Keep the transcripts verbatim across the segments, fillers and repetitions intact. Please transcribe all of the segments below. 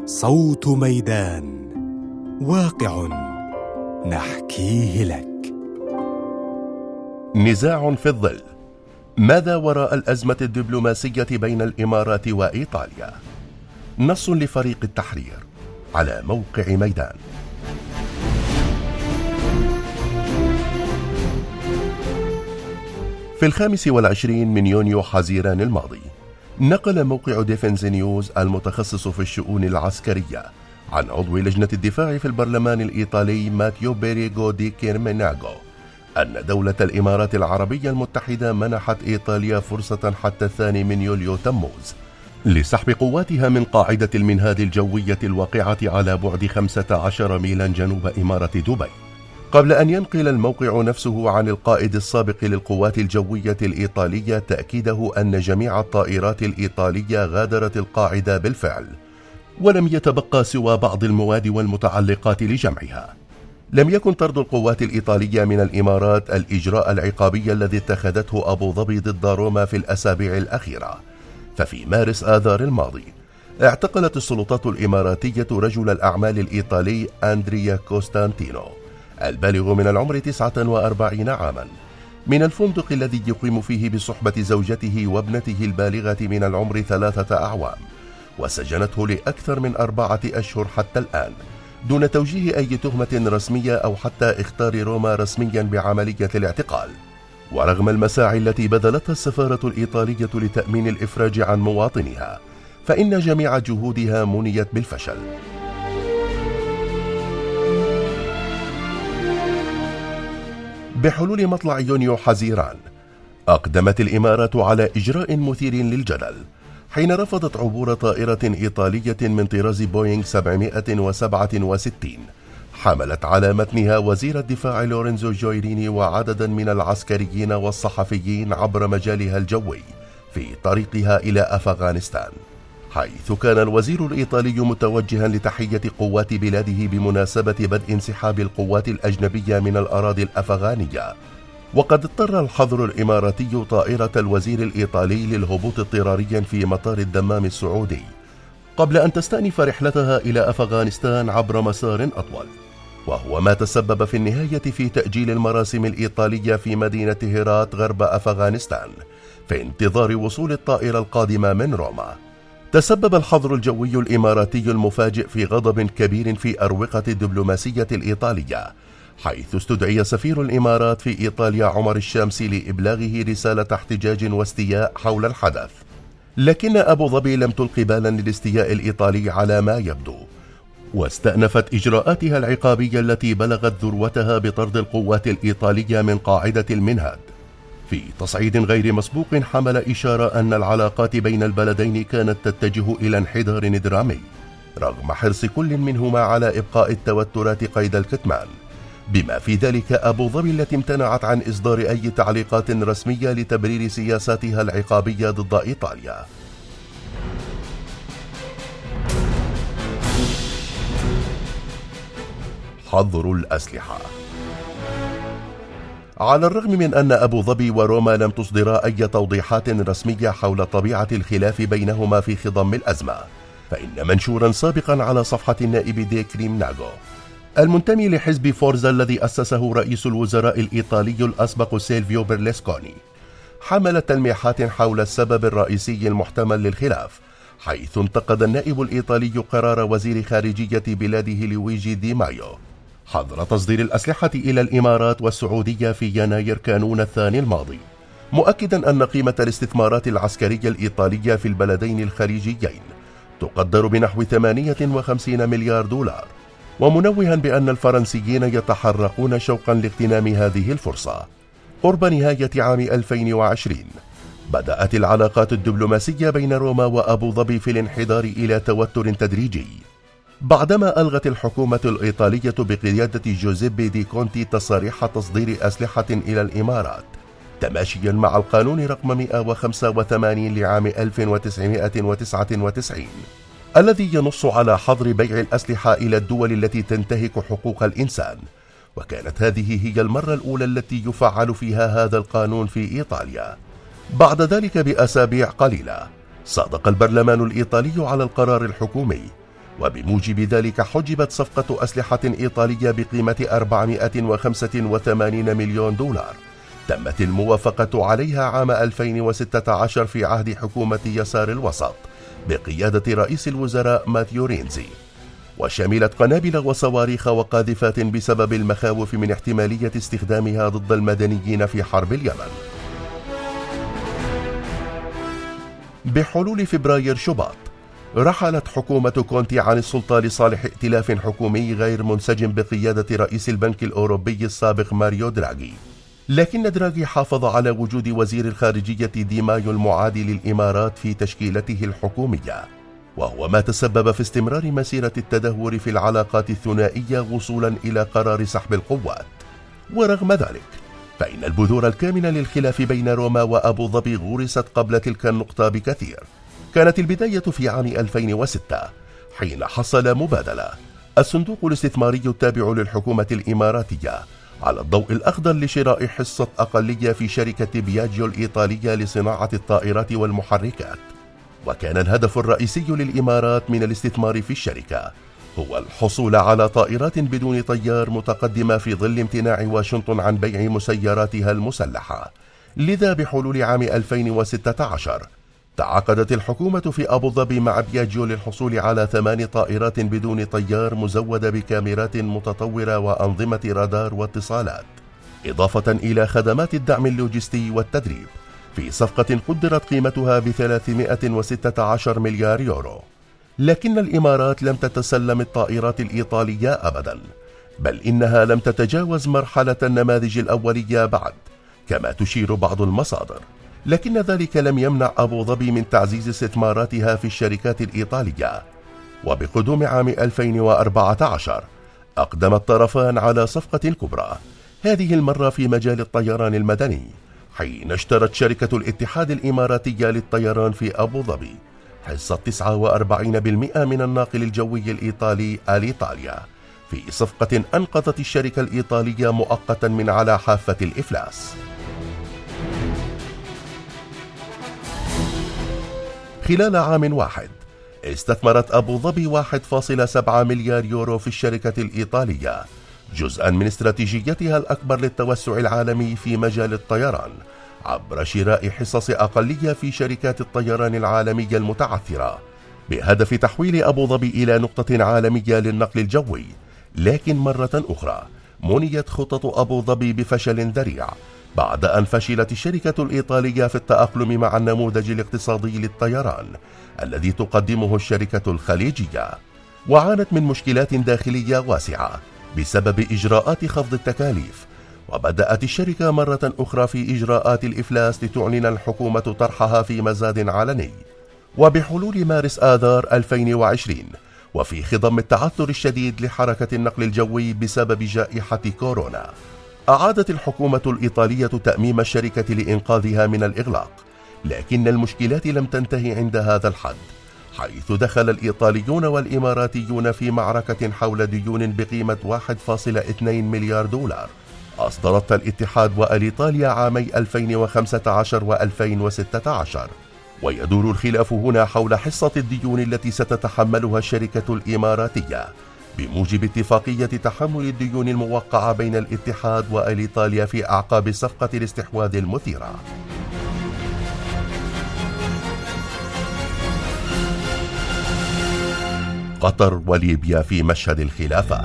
صوت ميدان، واقع نحكيه لك. نزاع في الظل. ماذا وراء الأزمة الدبلوماسية بين الإمارات وإيطاليا؟ نص لفريق التحرير على موقع ميدان. في الخامس والعشرين من يونيو حزيران الماضي، نقل موقع ديفنس نيوز المتخصص في الشؤون العسكرية عن عضو لجنة الدفاع في البرلمان الإيطالي ماتيو بيريغو دي كيرميناغو أن دولة الإمارات العربية المتحدة منحت إيطاليا فرصة حتى الثاني من يوليو تموز لسحب قواتها من قاعدة المنهاد الجوية الواقعة على بعد خمسة عشر ميلا جنوب إمارة دبي، قبل أن ينقل الموقع نفسه عن القائد السابق للقوات الجوية الإيطالية تأكيده أن جميع الطائرات الإيطالية غادرت القاعدة بالفعل، ولم يتبقى سوى بعض المواد والمتعلقات لجمعها. لم يكن طرد القوات الإيطالية من الإمارات الإجراء العقابي الذي اتخذته أبو ظبي ضد روما في الأسابيع الأخيرة، ففي مارس آذار الماضي اعتقلت السلطات الإماراتية رجل الأعمال الإيطالي أندريا كوستانتينو البالغ من العمر تسعة وأربعين عاما من الفندق الذي يقيم فيه بصحبة زوجته وابنته البالغة من العمر ثلاثة أعوام، وسجنته لأكثر من أربعة أشهر حتى الآن دون توجيه أي تهمة رسمية أو حتى اختار روما رسميا بعملية الاعتقال، ورغم المساعي التي بذلتها السفارة الإيطالية لتأمين الإفراج عن مواطنها، فإن جميع جهودها منيت بالفشل. بحلول مطلع يونيو حزيران، أقدمت الإمارات على إجراء مثير للجدل حين رفضت عبور طائرة إيطالية من طراز بوينغ سبعمائة وسبعة وستين حملت على متنها وزير الدفاع لورينزو جويريني وعددا من العسكريين والصحفيين عبر مجالها الجوي في طريقها إلى أفغانستان، حيث كان الوزير الإيطالي متوجها لتحية قوات بلاده بمناسبة بدء انسحاب القوات الأجنبية من الأراضي الأفغانية. وقد اضطر الحظر الإماراتي طائرة الوزير الإيطالي للهبوط اضطراريا في مطار الدمام السعودي قبل أن تستأنف رحلتها إلى أفغانستان عبر مسار أطول، وهو ما تسبب في النهاية في تأجيل المراسم الإيطالية في مدينة هيرات غرب أفغانستان في انتظار وصول الطائرة القادمة من روما. تسبب الحظر الجوي الإماراتي المفاجئ في غضب كبير في أروقة الدبلوماسية الإيطالية، حيث استدعي سفير الإمارات في إيطاليا عمر الشامسي لإبلاغه رسالة احتجاج واستياء حول الحدث، لكن أبو ظبي لم تلق بالا للاستياء الإيطالي على ما يبدو، واستأنفت إجراءاتها العقابية التي بلغت ذروتها بطرد القوات الإيطالية من قاعدة المنهاد في تصعيد غير مسبوق حمل إشارة أن العلاقات بين البلدين كانت تتجه إلى انحدار درامي رغم حرص كل منهما على إبقاء التوترات قيد الكتمان، بما في ذلك أبو ظبي التي امتنعت عن إصدار أي تعليقات رسمية لتبرير سياساتها العقابية ضد إيطاليا. حظر الأسلحة. على الرغم من أن أبو ظبي وروما لم تصدرا أي توضيحات رسمية حول طبيعة الخلاف بينهما في خضم الأزمة، فإن منشورا سابقا على صفحة النائب دي كريمناغو المنتمي لحزب فورزا الذي أسسه رئيس الوزراء الإيطالي الأسبق سيلفيو بيرلسكوني حمل تلميحات حول السبب الرئيسي المحتمل للخلاف، حيث انتقد النائب الإيطالي قرار وزير خارجية بلاده لويجي دي مايو حظر تصدير الأسلحة إلى الإمارات والسعودية في يناير كانون الثاني الماضي، مؤكدا أن قيمة الاستثمارات العسكرية الإيطالية في البلدين الخليجيين تقدر بنحو ثمانية وخمسين مليار دولار، ومنوها بأن الفرنسيين يتحرقون شوقا لاغتنام هذه الفرصة. قرب نهاية عام ألفين وعشرين بدأت العلاقات الدبلوماسية بين روما وأبو ظبي في الانحدار إلى توتر تدريجي، بعدما ألغت الحكومة الإيطالية بقيادة جوزيبي دي كونتي تصاريح تصدير أسلحة إلى الإمارات تماشيا مع القانون رقم مئة وخمسة وثمانين لعام ألف وتسعمائة وتسعة وتسعين الذي ينص على حظر بيع الأسلحة إلى الدول التي تنتهك حقوق الإنسان، وكانت هذه هي المرة الأولى التي يفعل فيها هذا القانون في إيطاليا. بعد ذلك بأسابيع قليلة صادق البرلمان الإيطالي على القرار الحكومي، وبموجب ذلك حجبت صفقة أسلحة إيطالية بقيمة أربعمائة وخمسة وثمانين مليون دولار تمت الموافقة عليها عام ألفين وستة عشر في عهد حكومة يسار الوسط بقيادة رئيس الوزراء ماثيو رينزي، وشملت قنابل وصواريخ وقاذفات بسبب المخاوف من احتمالية استخدامها ضد المدنيين في حرب اليمن. بحلول فبراير شباط رحلت حكومة كونتي عن السلطة لصالح ائتلاف حكومي غير منسجم بقيادة رئيس البنك الأوروبي السابق ماريو دراغي، لكن دراغي حافظ على وجود وزير الخارجية دي مايو المعادي للإمارات في تشكيلته الحكومية، وهو ما تسبب في استمرار مسيرة التدهور في العلاقات الثنائية وصولا إلى قرار سحب القوات. ورغم ذلك فإن البذور الكامنة للخلاف بين روما وأبو ظبي غرست قبل تلك النقطة بكثير. كانت البداية في عام ألفين وستة حين حصل مبادلة الصندوق الاستثماري التابع للحكومة الإماراتية على الضوء الأخضر لشراء حصة أقلية في شركة بياجيو الإيطالية لصناعة الطائرات والمحركات، وكان الهدف الرئيسي للإمارات من الاستثمار في الشركة هو الحصول على طائرات بدون طيار متقدمة في ظل امتناع واشنطن عن بيع مسيراتها المسلحة. لذا بحلول عام ألفين وستة عشر تعاقدت الحكومة في أبو ظبي مع بياجيو للحصول على ثمان طائرات بدون طيار مزودة بكاميرات متطورة وأنظمة رادار واتصالات، إضافة إلى خدمات الدعم اللوجستي والتدريب، في صفقة قدرت قيمتها ب ثلاثمائة وستة عشر مليار يورو. لكن الإمارات لم تتسلم الطائرات الإيطالية أبدا، بل إنها لم تتجاوز مرحلة النماذج الأولية بعد كما تشير بعض المصادر، لكن ذلك لم يمنع أبو ظبي من تعزيز استثماراتها في الشركات الإيطالية. وبقدوم عام ألفين وأربعة عشر أقدم الطرفان على صفقة كبرى، هذه المرة في مجال الطيران المدني، حين اشترت شركة الاتحاد الإماراتية للطيران في أبو ظبي حصة تسعة وأربعين بالمئة من الناقل الجوي الإيطالي آليطاليا، في صفقة أنقذت الشركة الإيطالية مؤقتا من على حافة الإفلاس. خلال عام واحد استثمرت أبو ظبي واحد فاصلة سبعة مليار يورو في الشركة الإيطالية، جزءا من استراتيجيتها الأكبر للتوسع العالمي في مجال الطيران عبر شراء حصص أقلية في شركات الطيران العالمية المتعثرة، بهدف تحويل أبو ظبي إلى نقطة عالمية للنقل الجوي. لكن مرة أخرى منيت خطة أبو ظبي بفشل ذريع بعد أن فشلت الشركة الإيطالية في التأقلم مع النموذج الاقتصادي للطيران الذي تقدمه الشركة الخليجية، وعانت من مشكلات داخلية واسعة بسبب إجراءات خفض التكاليف. وبدأت الشركة مرة أخرى في إجراءات الإفلاس لتعلن الحكومة طرحها في مزاد علني. وبحلول مارس آذار ألفين وعشرين وفي خضم التعثر الشديد لحركة النقل الجوي بسبب جائحة كورونا، أعادت الحكومة الإيطالية تأميم الشركة لإنقاذها من الإغلاق، لكن المشكلات لم تنتهي عند هذا الحد، حيث دخل الإيطاليون والإماراتيون في معركة حول ديون بقيمة واحد فاصلة اثنين مليار دولار أصدرتها الاتحاد وأليطاليا عامي ألفين وخمسة عشر وألفين وستة عشر. ويدور الخلاف هنا حول حصة الديون التي ستتحملها الشركة الإماراتية بموجب اتفاقية تحمل الديون الموقعة بين الاتحاد وأليطاليا في أعقاب صفقة الاستحواذ المثيرة. قطر وليبيا في مشهد الخلافات.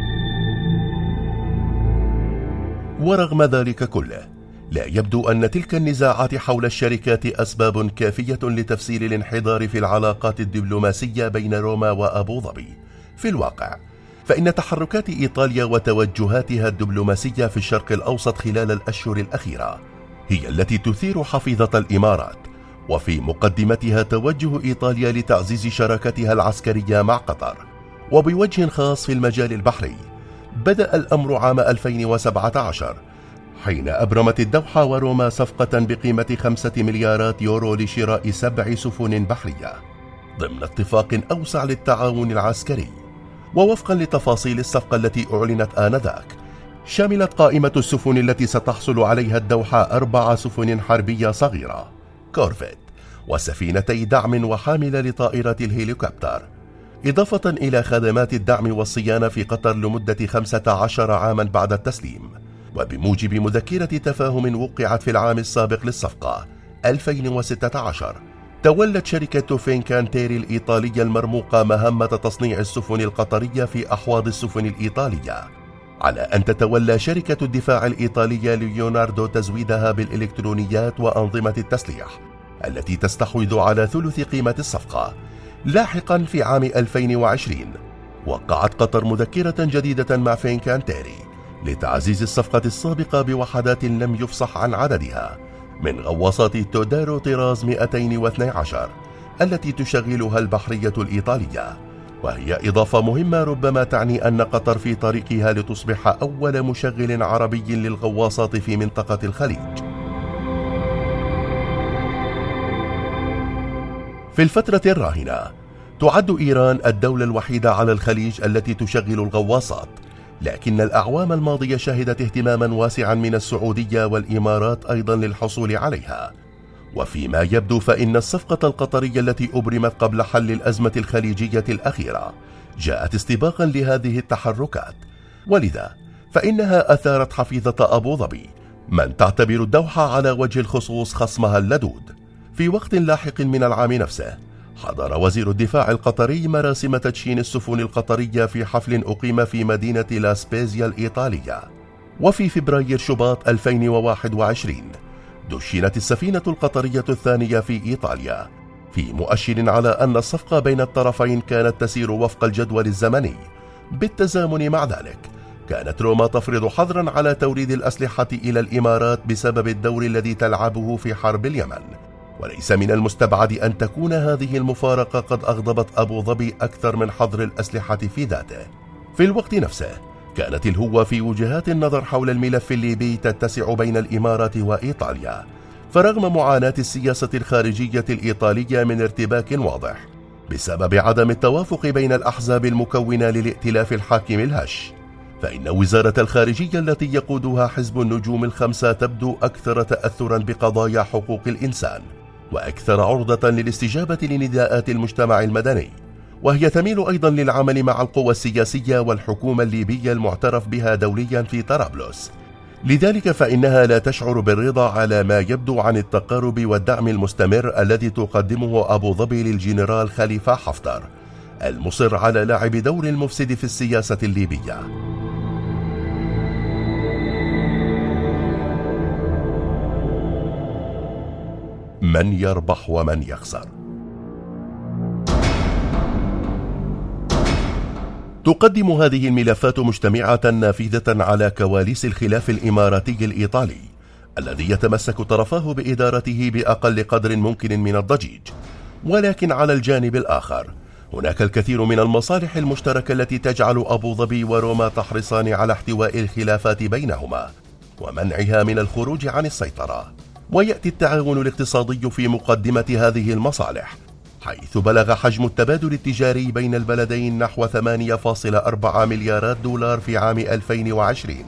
ورغم ذلك كله لا يبدو أن تلك النزاعات حول الشركات أسباب كافية لتفسير الانحدار في العلاقات الدبلوماسية بين روما وأبو ظبي. في الواقع فإن تحركات إيطاليا وتوجهاتها الدبلوماسية في الشرق الأوسط خلال الأشهر الأخيرة هي التي تثير حفيظة الإمارات، وفي مقدمتها توجه إيطاليا لتعزيز شراكتها العسكرية مع قطر. وبوجه خاص في المجال البحري بدأ الأمر عام ألفين وسبعة عشر حين أبرمت الدوحة وروما صفقة بقيمة خمسة مليارات يورو لشراء سبع سفن بحرية ضمن اتفاق أوسع للتعاون العسكري. ووفقا لتفاصيل الصفقة التي أعلنت آنذاك، شملت قائمة السفن التي ستحصل عليها الدوحة أربع سفن حربية صغيرة كورفيت وسفينتي دعم وحاملة لطائرة الهليكوبتر، إضافة إلى خدمات الدعم والصيانة في قطر لمدة خمسة عشر عاما بعد التسليم. وبموجب مذكرة تفاهم وقعت في العام السابق للصفقة ألفين وستة عشر، تولت شركة فينكانتيري الإيطالية المرموقة مهمة تصنيع السفن القطرية في أحواض السفن الإيطالية، على أن تتولى شركة الدفاع الإيطالية ليوناردو تزويدها بالإلكترونيات وأنظمة التسليح التي تستحوذ على ثلث قيمة الصفقة. لاحقا في عام ألفين وعشرين وقعت قطر مذكرة جديدة مع فينكانتيري لتعزيز الصفقة السابقة بوحدات لم يفصح عن عددها من غواصات تودارو طراز مئتين واثني عشر التي تشغلها البحرية الإيطالية، وهي إضافة مهمة ربما تعني أن قطر في طريقها لتصبح أول مشغل عربي للغواصات في منطقة الخليج. في الفترة الراهنة تعد إيران الدولة الوحيدة على الخليج التي تشغل الغواصات، لكن الأعوام الماضية شهدت اهتماما واسعا من السعودية والإمارات أيضا للحصول عليها. وفيما يبدو فإن الصفقة القطرية التي أبرمت قبل حل الأزمة الخليجية الأخيرة جاءت استباقا لهذه التحركات، ولذا فإنها أثارت حفيظة أبو ظبي من تعتبر الدوحة على وجه الخصوص خصمها اللدود. في وقت لاحق من العام نفسه حضر وزير الدفاع القطري مراسم تدشين السفن القطرية في حفل أقيم في مدينة لاسبيزيا الإيطالية. وفي فبراير شباط ألفين وواحد وعشرين دشنت السفينة القطرية الثانية في إيطاليا، في مؤشر على أن الصفقة بين الطرفين كانت تسير وفق الجدول الزمني. بالتزامن مع ذلك كانت روما تفرض حظرا على توريد الأسلحة إلى الإمارات بسبب الدور الذي تلعبه في حرب اليمن، وليس من المستبعد أن تكون هذه المفارقة قد أغضبت أبو ظبي أكثر من حظر الأسلحة في ذاته. في الوقت نفسه كانت الهوة في وجهات النظر حول الملف الليبي تتسع بين الإمارات وإيطاليا، فرغم معاناة السياسة الخارجية الإيطالية من ارتباك واضح بسبب عدم التوافق بين الأحزاب المكونة للائتلاف الحاكم الهش، فإن وزارة الخارجية التي يقودها حزب النجوم الخمسة تبدو أكثر تأثرا بقضايا حقوق الإنسان وأكثر عرضة للاستجابة لنداءات المجتمع المدني، وهي تميل أيضا للعمل مع القوى السياسية والحكومة الليبية المعترف بها دوليا في طرابلس. لذلك فإنها لا تشعر بالرضا على ما يبدو عن التقارب والدعم المستمر الذي تقدمه أبو ظبي للجنرال خليفة حفتر المصر على لعب دور المفسد في السياسة الليبية. من يربح ومن يخسر؟ تقدم هذه الملفات مجتمعة نافذة على كواليس الخلاف الإماراتي الإيطالي الذي يتمسك طرفاه بإدارته بأقل قدر ممكن من الضجيج، ولكن على الجانب الآخر هناك الكثير من المصالح المشتركة التي تجعل أبو ظبي وروما تحرصان على احتواء الخلافات بينهما ومنعها من الخروج عن السيطرة. ويأتي التعاون الاقتصادي في مقدمة هذه المصالح، حيث بلغ حجم التبادل التجاري بين البلدين نحو ثمانية فاصلة أربعة مليارات دولار في عام ألفين وعشرين.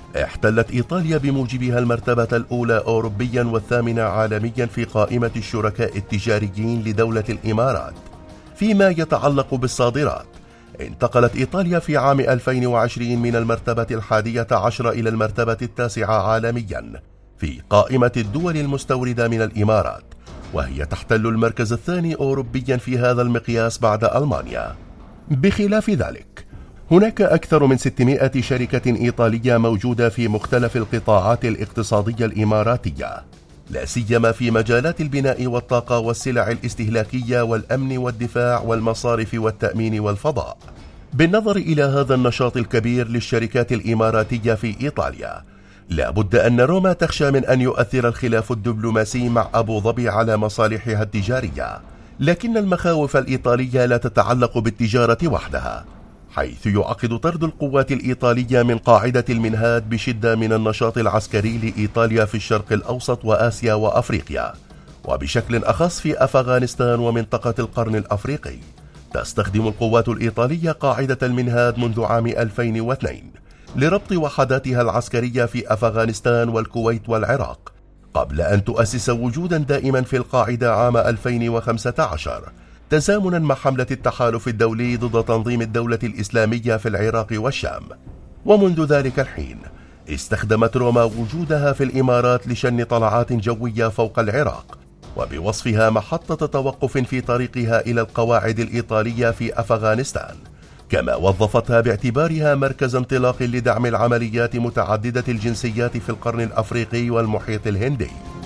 احتلت إيطاليا بموجبها المرتبة الأولى أوروبيا والثامنة عالميا في قائمة الشركاء التجاريين لدولة الإمارات. فيما يتعلق بالصادرات، انتقلت إيطاليا في عام ألفين وعشرين من المرتبة الحادية عشر إلى المرتبة التاسعة عالميا في قائمة الدول المستوردة من الإمارات، وهي تحتل المركز الثاني أوروبيا في هذا المقياس بعد ألمانيا. بخلاف ذلك هناك أكثر من ستمائة شركة إيطالية موجودة في مختلف القطاعات الاقتصادية الإماراتية، لا سيما في مجالات البناء والطاقة والسلع الاستهلاكية والأمن والدفاع والمصارف والتأمين والفضاء. بالنظر إلى هذا النشاط الكبير للشركات الإماراتية في إيطاليا، لا بد أن روما تخشى من أن يؤثر الخلاف الدبلوماسي مع أبو ظبي على مصالحها التجارية، لكن المخاوف الإيطالية لا تتعلق بالتجارة وحدها، حيث يعقد طرد القوات الإيطالية من قاعدة المنهاد بشدة من النشاط العسكري لإيطاليا في الشرق الأوسط وآسيا وأفريقيا، وبشكل أخص في أفغانستان ومنطقة القرن الأفريقي. تستخدم القوات الإيطالية قاعدة المنهاد منذ عام ألفين واثنين لربط وحداتها العسكرية في أفغانستان والكويت والعراق، قبل أن تؤسس وجودا دائما في القاعدة عام ألفين وخمسة عشر تزامنا مع حملة التحالف الدولي ضد تنظيم الدولة الإسلامية في العراق والشام. ومنذ ذلك الحين استخدمت روما وجودها في الإمارات لشن طلعات جوية فوق العراق، وبوصفها محطة توقف في طريقها إلى القواعد الإيطالية في أفغانستان، كما وظفتها باعتبارها مركز انطلاق لدعم العمليات متعددة الجنسيات في القرن الأفريقي والمحيط الهندي.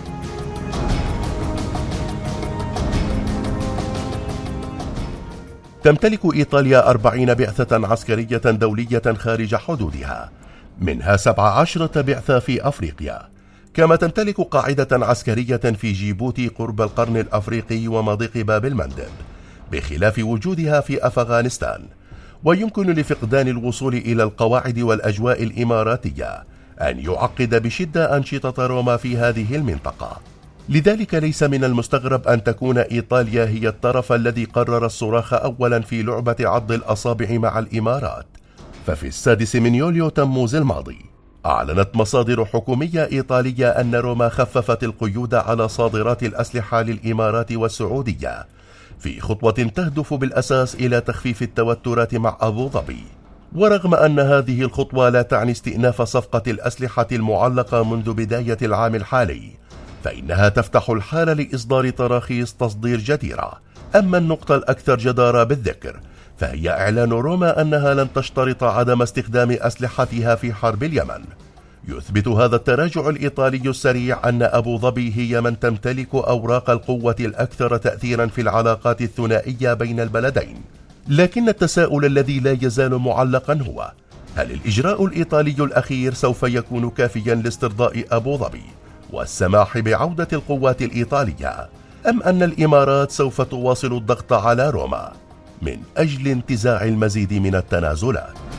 تمتلك إيطاليا أربعين بعثة عسكرية دولية خارج حدودها، منها سبع عشرة بعثة في أفريقيا، كما تمتلك قاعدة عسكرية في جيبوتي قرب القرن الأفريقي ومضيق باب المندب، بخلاف وجودها في أفغانستان. ويمكن لفقدان الوصول إلى القواعد والأجواء الإماراتية أن يعقد بشدة أنشطة روما في هذه المنطقة. لذلك ليس من المستغرب أن تكون إيطاليا هي الطرف الذي قرر الصراخ أولا في لعبة عض الأصابع مع الإمارات. ففي السادس من يوليو تموز الماضي أعلنت مصادر حكومية إيطالية أن روما خففت القيود على صادرات الأسلحة للإمارات والسعودية، في خطوة تهدف بالأساس إلى تخفيف التوترات مع أبو ظبي. ورغم أن هذه الخطوة لا تعني استئناف صفقة الأسلحة المعلقة منذ بداية العام الحالي، فإنها تفتح الحال لإصدار تراخيص تصدير جديرة. أما النقطة الأكثر جدارة بالذكر فهي إعلان روما أنها لن تشترط عدم استخدام أسلحتها في حرب اليمن. يثبت هذا التراجع الإيطالي السريع أن أبو ظبي هي من تمتلك أوراق القوة الأكثر تأثيرا في العلاقات الثنائية بين البلدين. لكن التساؤل الذي لا يزال معلقا هو: هل الإجراء الإيطالي الأخير سوف يكون كافيا لاسترضاء أبو ظبي والسماح بعودة القوات الإيطالية، أم أن الإمارات سوف تواصل الضغط على روما من أجل انتزاع المزيد من التنازلات؟